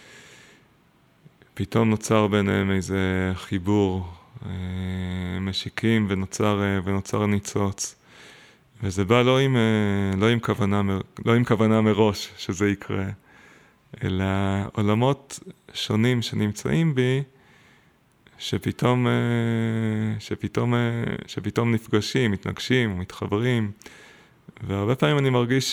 פתאום נוצר ביניהם איזה חיבור, משיקים ונוצר ניצוץ. וזה בא לא עם כוונה מראש שזה יקרה, אלא עולמות שונים שנמצאים בי, שפתאום נפגשים, מתנגשים, מתחברים. והרבה פעמים אני מרגיש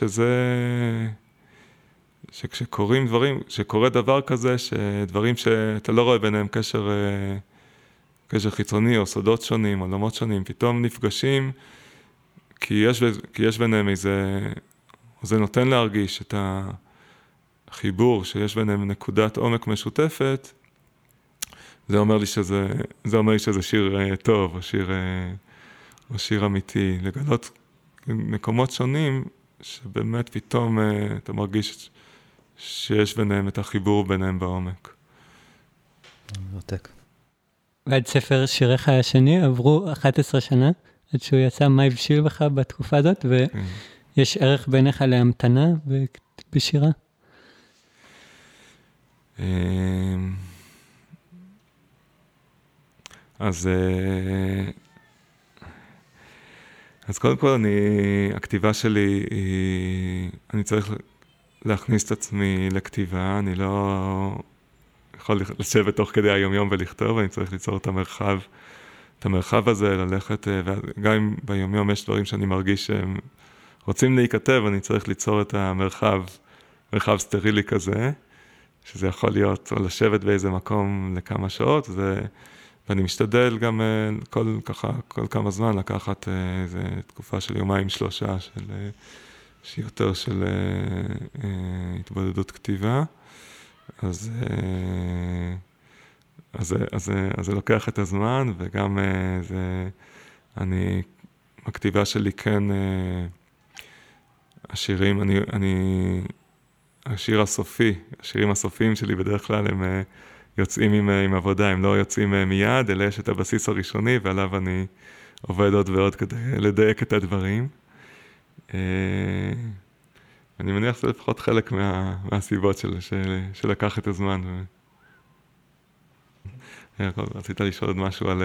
שכשקורים דברים, שקורה דבר כזה, שדברים שאתה לא רואה ביניהם קשר חיצוני או סודות שונים, עולמות שונים, פתאום נפגשים, כי יש ביניהם זה נותן להרגיש את החיבור שיש ביניהם נקודת עומק משותפת. זה אומר לי שזה שיר טוב, או שיר אמיתי. לגלות מקומות שונים, שבאמת פתאום אתה מרגיש שיש ביניהם את החיבור ביניהם בעומק. מרתק. ועד ספר שיריך השני עברו 11 שנה, עד שהוא יצא מה הבשיל בך בתקופה הזאת, ויש ערך בעיניך להמתנה בשירה? אז קודם כל הכתיבה שלי, אני צריך להכניס את עצמי לכתיבה, אני לא יכול לשבת תוך כדי היום ולכתוב, אני צריך ליצור את המרחב הזה, ללכת, וגם אם ביום יש דברים שאני מרגיש שהם רוצים להיכתב, אני צריך ליצור את מרחב סטרילי כזה, שזה יכול להיות או לשבת באיזה מקום לכמה שעות, ואני משתדל גם כל כמה זמן לקחת איזו תקופה של 2-3 יותר של התבודדות כתיבה. אז זה לוקח את הזמן, וגם הכתיבה שלי כן, השירים הסופיים שלי בדרך כלל הם יוצאים עם עבודה, הם לא יוצאים מיד, אלא יש את הבסיס הראשוני, ועליו אני עובד עוד ועוד כדי לדייק את הדברים. אני מניח שזה לפחות חלק מהסיבות של לקח את הזמן. רצית לשאול עוד משהו על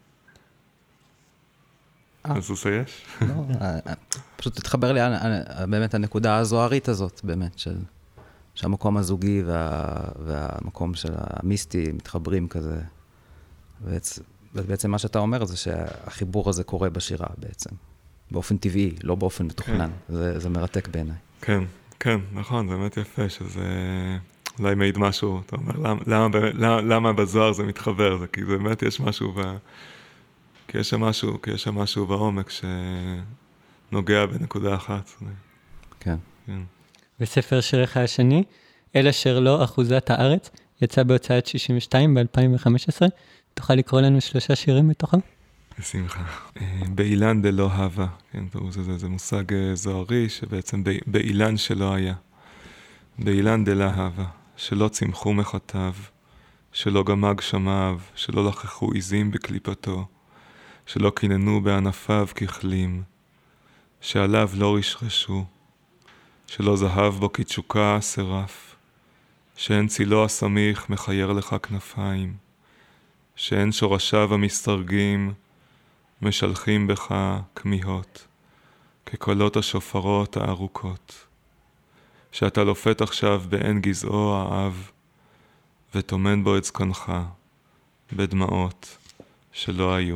סוסי יש? לא, פשוט תתחבר לי באמת הנקודה הזוהרית הזאת, באמת, שהמקום הזוגי והמקום של המיסטי מתחברים כזה. ובעצם מה שאתה אומר זה שהחיבור הזה קורה בשירה בעצם. באופן טבעי, לא באופן מתוכנן. זה מרתק בעיניי. כן, נכון, זה באמת יפה שזה אולי מעיד משהו, אתה אומר, למה בזוהר זה מתחבר? זה כי באמת יש משהו, כי יש שם משהו בעומק שנוגע בנקודה אחת. כן. וספר שיריך השני, אל אשר לא אחוזת הארץ, יצא בהוצאת 62 ב-2015. תוכל לקרוא לנו 3 שירים מתוכם? בשמחה. באילן דלא הווה, כן, זה מושג זוהרי שבעצם באילן שלא היה. באילן דלא הווה, שלא צמחו מחטיו, שלא גמג שמיו, שלא לחכו עיזים בקליפתו, שלא כיננו בענפיו ככלים, שעליו לא רשרשו, שלא זהב בו כתשוקה שרף, שאין צילו הסמיך מחייר לך כנפיים, שאין שורשיו המסתרגים משלחים בך כמיהות, כקולות השופרות הארוכות, שאתה לופת עכשיו בעין גזעו האב, וטומן בו את זקנך, בדמעות שלא היו.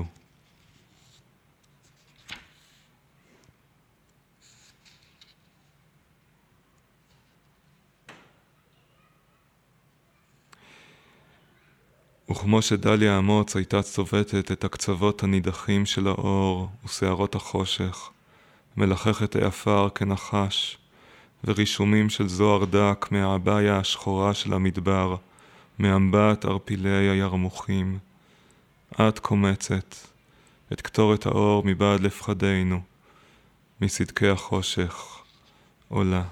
וכמו שדליה אמוץ הייתה צובטת את הקצוות הנידחים של האור ושערות החושך, מלחכת העפר כנחש, ורישומים של זוהר דק מהעביה השחורה של המדבר, מאמבט ערפילי הירמוכים. את קומצת, את קטורת האור מבעד לפחדינו, מסדקי החושך, עולה.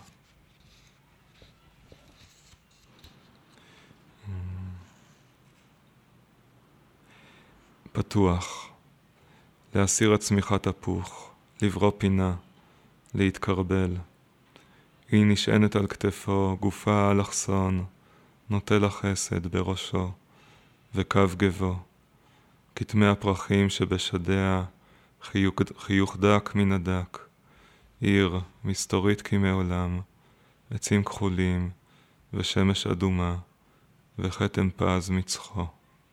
פתוח, להסיר הצמיחת הפוך, לברוא פינה, להתקרבל. היא נשענת על כתפו, גופה אלכסון, נוטה לחסד בראשו, וקו גבו, כתמי הפרחים שבשדיה, חיוך דק מן הדק, עיר מסתורית כמעולם, עצים כחולים, ושמש אדומה, וחתם פז מצחו.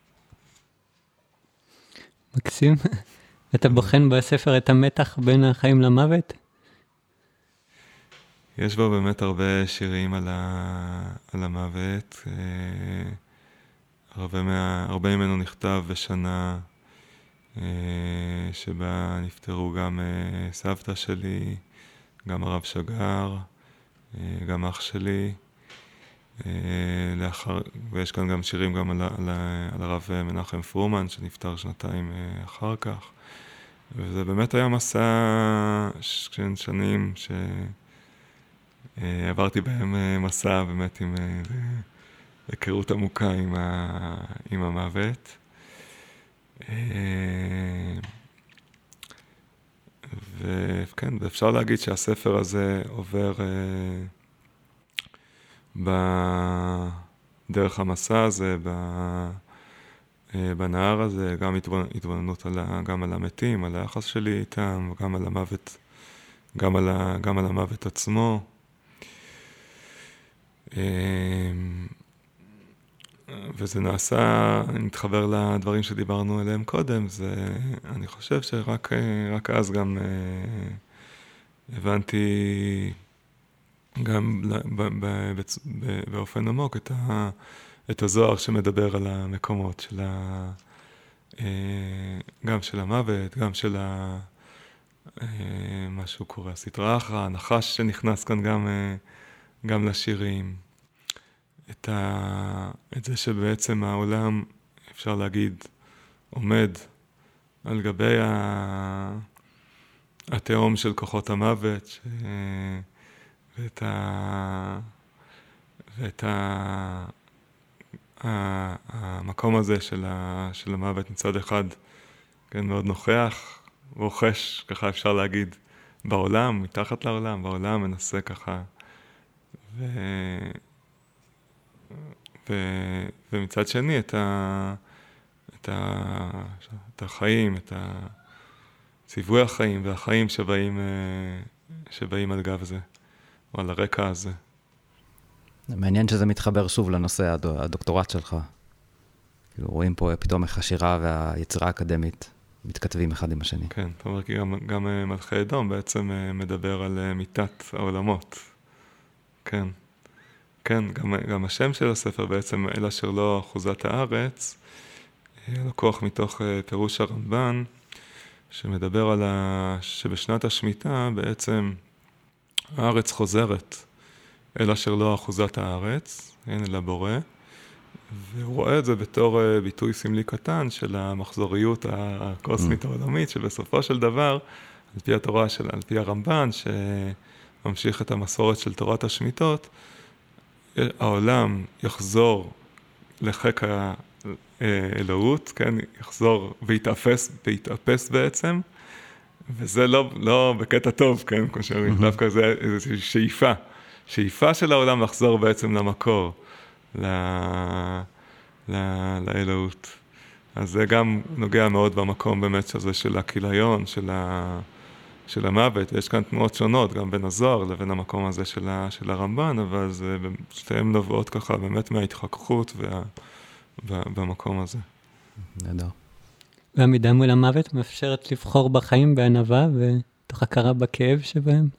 מקסים. אתה בוחן בספר את המתח בין החיים למוות? יש בו באמת הרבה שירים על המוות. הרבה ממנו נכתב בשנה שבה נפטרו גם סבתא שלי, גם הרב שגר, גם אח שלי. ויש כאן גם שירים גם על הרב מנחם פרומן שנפטר שנתיים אחר כך. וזה באמת היה מסע שנים שעברתי בהם מסע באמת עם היכרות עמוקה עם המוות. וכן, ואפשר להגיד שהספר הזה עובר בדרך המסע הזה, בנהר הזה, גם התבוננות גם על המתים, על היחס שלי איתם, גם על המוות, גם על המוות עצמו. וזה נעשה, אני מתחבר לדברים שדיברנו עליהם קודם, אני חושב שרק אז גם הבנתי גם באופן עמוק את הזוהר שמדבר על המקומות גם של המוות, גם של משהו קורה, הסטרא אחרא, הנחש שנכנס כאן גם לשירים. את זה שבעצם העולם, אפשר להגיד, עומד על גבי התהום של כוחות המוות, ואת המקום הזה של המוות מצד אחד, כן, מאוד נוכח, רוכש, ככה אפשר להגיד, בעולם, מתחת לעולם, בעולם מנסה ככה, ומצד שני את החיים, את ציווי החיים והחיים שבאים על גב זה, או על הרקע הזה. מעניין שזה מתחבר שוב לנושא הדוקטורט שלך. כאילו רואים פה פתאום איך השירה והיצירה האקדמית מתכתבים אחד עם השני. כן, זאת אומרת, כי גם מלכי אדום בעצם מדבר על מיטת העולמות. כן. כן, גם השם של הספר בעצם, אל אשר לא אחוזת הארץ, לקוח מתוך פירוש הרמב"ן, שמדבר על שבשנת השמיטה בעצם הארץ חוזרת אל אשר לא אחוזת הארץ, אל הבורא, והוא רואה את זה בתור ביטוי סמלי קטן של המחזוריות הקוסמית העולמית, שבסופו של דבר, על פי התורה על פי הרמב"ן, שממשיך את המסורת של תורת השמיטות, העולם יחזור לחיק האלוהות, כן, יחזור ויתאפס בעצם, וזה לא בקטע טוב, כן, כמו שאומרים, דווקא זה איזושהי שאיפה של העולם לחזור בעצם למקור, לאלוהות. אז זה גם נוגע מאוד במקום באמת שזה של הכיליון, של המוות. יש כאן תנועות שונות, גם בין הזוהר לבין המקום הזה של הרמב"ן, אבל זה שתיהן נובעות ככה באמת מההתחככות במקום הזה. נהדר. והעמידה מול המוות מאפשרת לבחור בחיים בענווה ותוך הכרה בכאב שבהם?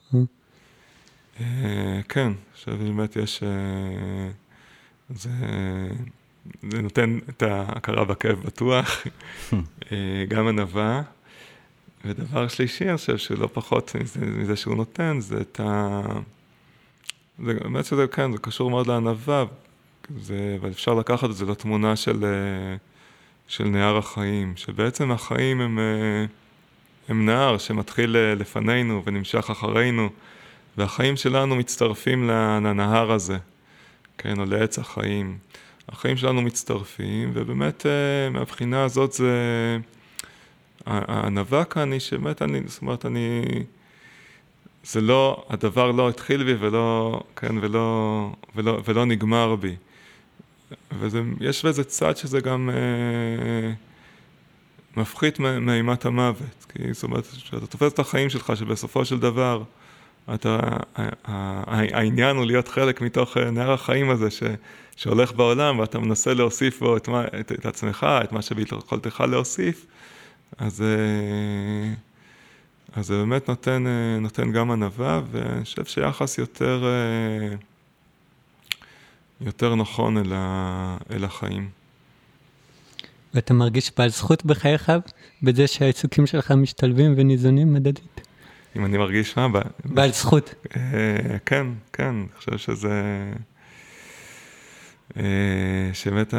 כן, שבאמת יש... זה נותן את ההכרה בכאב בטוח, גם ענווה. ודבר שלישי, אני חושב שלא פחות מזה שהוא נותן, זה את זה באמת שזה, כן, זה קשור מאוד לענווה, אבל אפשר לקחת את זה לתמונה של נהר החיים, שבעצם החיים הם נהר שמתחיל לפנינו ונמשך אחרינו, והחיים שלנו מצטרפים לנהר הזה, כן, או לעץ החיים. החיים שלנו מצטרפים, ובאמת מהבחינה הזאת הענווה כאן היא שבאמת זאת אומרת, זה לא, הדבר לא התחיל בי ולא נגמר בי. יש בזה צד שזה גם מפחית מאימת המוות. כי זאת אומרת, שאתה תופס את החיים שלך, שבסופו של דבר, העניין הוא להיות חלק מתוך נהר החיים הזה שהולך בעולם, ואתה מנסה להוסיף בו את עצמך, את מה שביכולתך להוסיף, אז זה באמת נותן גם ענווה, ואני חושב שיחס יותר נכון אל החיים. ואתה מרגיש בעל זכות בחייך, בזה שהעיסוקים שלך משתלבים וניזונים מדדית? אם אני מרגיש מה? בעל זכות. כן, אני חושב שבאמת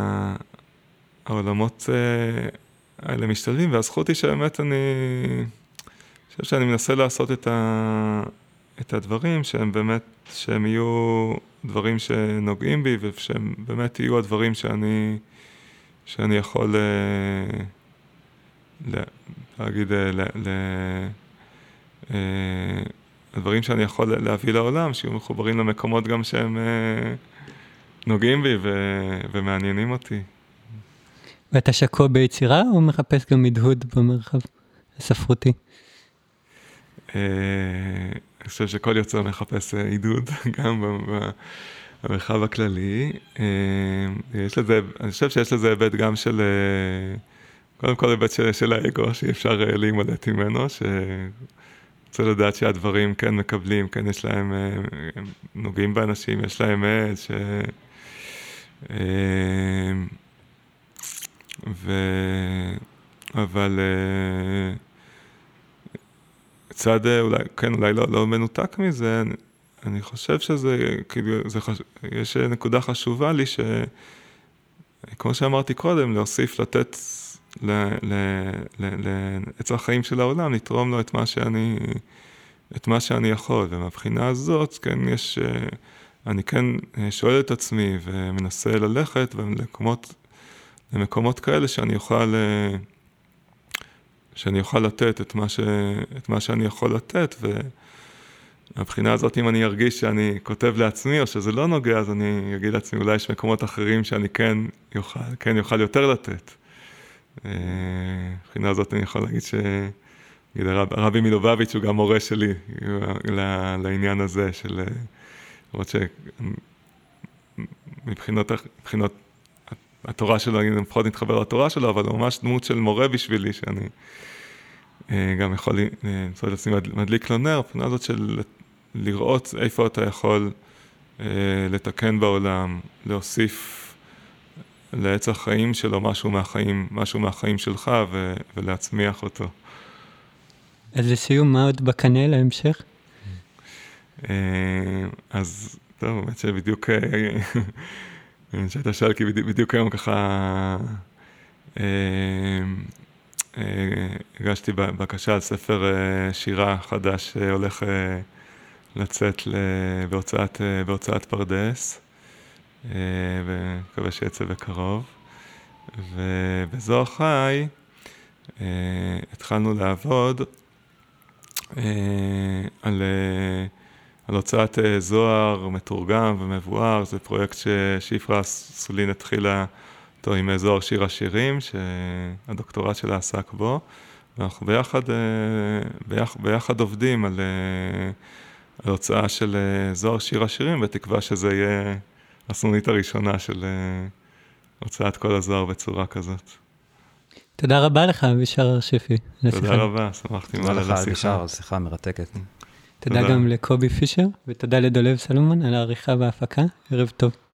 העולמות האלה משתלבים, והזכות היא שבאמת אני חושב שאני מנסה לעשות את הדברים שהם באמת, שהם יהיו דברים שנוגעים בי, ושהם באמת יהיו הדברים שאני יכול להגיד, הדברים שאני יכול להביא לעולם, שיהיו מחוברים למקומות גם שהם נוגעים בי ומעניינים אותי. ואתה שקוע ביצירה או מחפש גם הדהוד במרחב הספרותי? אני חושב שכל יוצר מחפש הדהוד גם במרחב הכללי. אני חושב שיש לזה היבט גם של, קודם כל היבט של האגו, שאי אפשר להימלט ממנו, רוצה לדעת שהדברים כן מקבלים, כן יש להם, הם נוגעים באנשים, יש להם אבל צד אולי לא מנותק מזה, אני חושב שזה, כאילו, יש נקודה חשובה לי כמו שאמרתי קודם, להוסיף, לתת לעץ החיים של העולם, לתרום לו את מה שאני יכול, ומבחינה הזאת, כן, אני כן שואל את עצמי ומנסה ללכת למקומות כאלה שאני אוכל לתת את מה שאני יכול לתת, ומבחינה הזאת אם אני ארגיש שאני כותב לעצמי או שזה לא נוגע, אז אני אגיד לעצמי אולי יש מקומות אחרים שאני כן יוכל יותר לתת. מבחינה הזאת אני יכול להגיד הרבי מלובביץ' הוא גם מורה שלי לעניין הזה של לראות מבחינות התורה שלו, אני לפחות נתחבר לתורה שלו, אבל הוא ממש דמות של מורה בשבילי, שאני גם יכול למצוא את עצמי מדליק לו נר, מבחינה הזאת של לראות איפה אתה יכול לתקן בעולם, להוסיף לעץ החיים שלו משהו מהחיים שלך ולהצמיח אותו. אז לסיום, מה עוד בקנה להמשך? אז טוב, באמת שבדיוק שאתה שאל, כי בדיוק היום ככה הגשתי בקשה על ספר שירה חדש שהולך לצאת בהוצאת פרדס, ומקווה שיצא בקרוב. ובזוהר חי התחלנו לעבוד על הוצאת זוהר מתורגם ומבואר. זה פרויקט ששיפרה סולין התחילה אותו עם זוהר שיר השירים, שהדוקטורט שלה עסק בו, ואנחנו ביחד עובדים על הוצאה של זוהר שיר השירים, בתקווה שזה יהיה הסנונית הראשונה של הוצאת כל הזוהר בצורה כזאת. תודה רבה לך, אבישר הר-שפי. תודה רבה, שמחתי מאוד על השיחה. תודה לך, אבישר, על שיחה מרתקת. תודה גם לקובי פישר, ותודה לדולב סלומון על העריכה וההפקה. ערב טוב.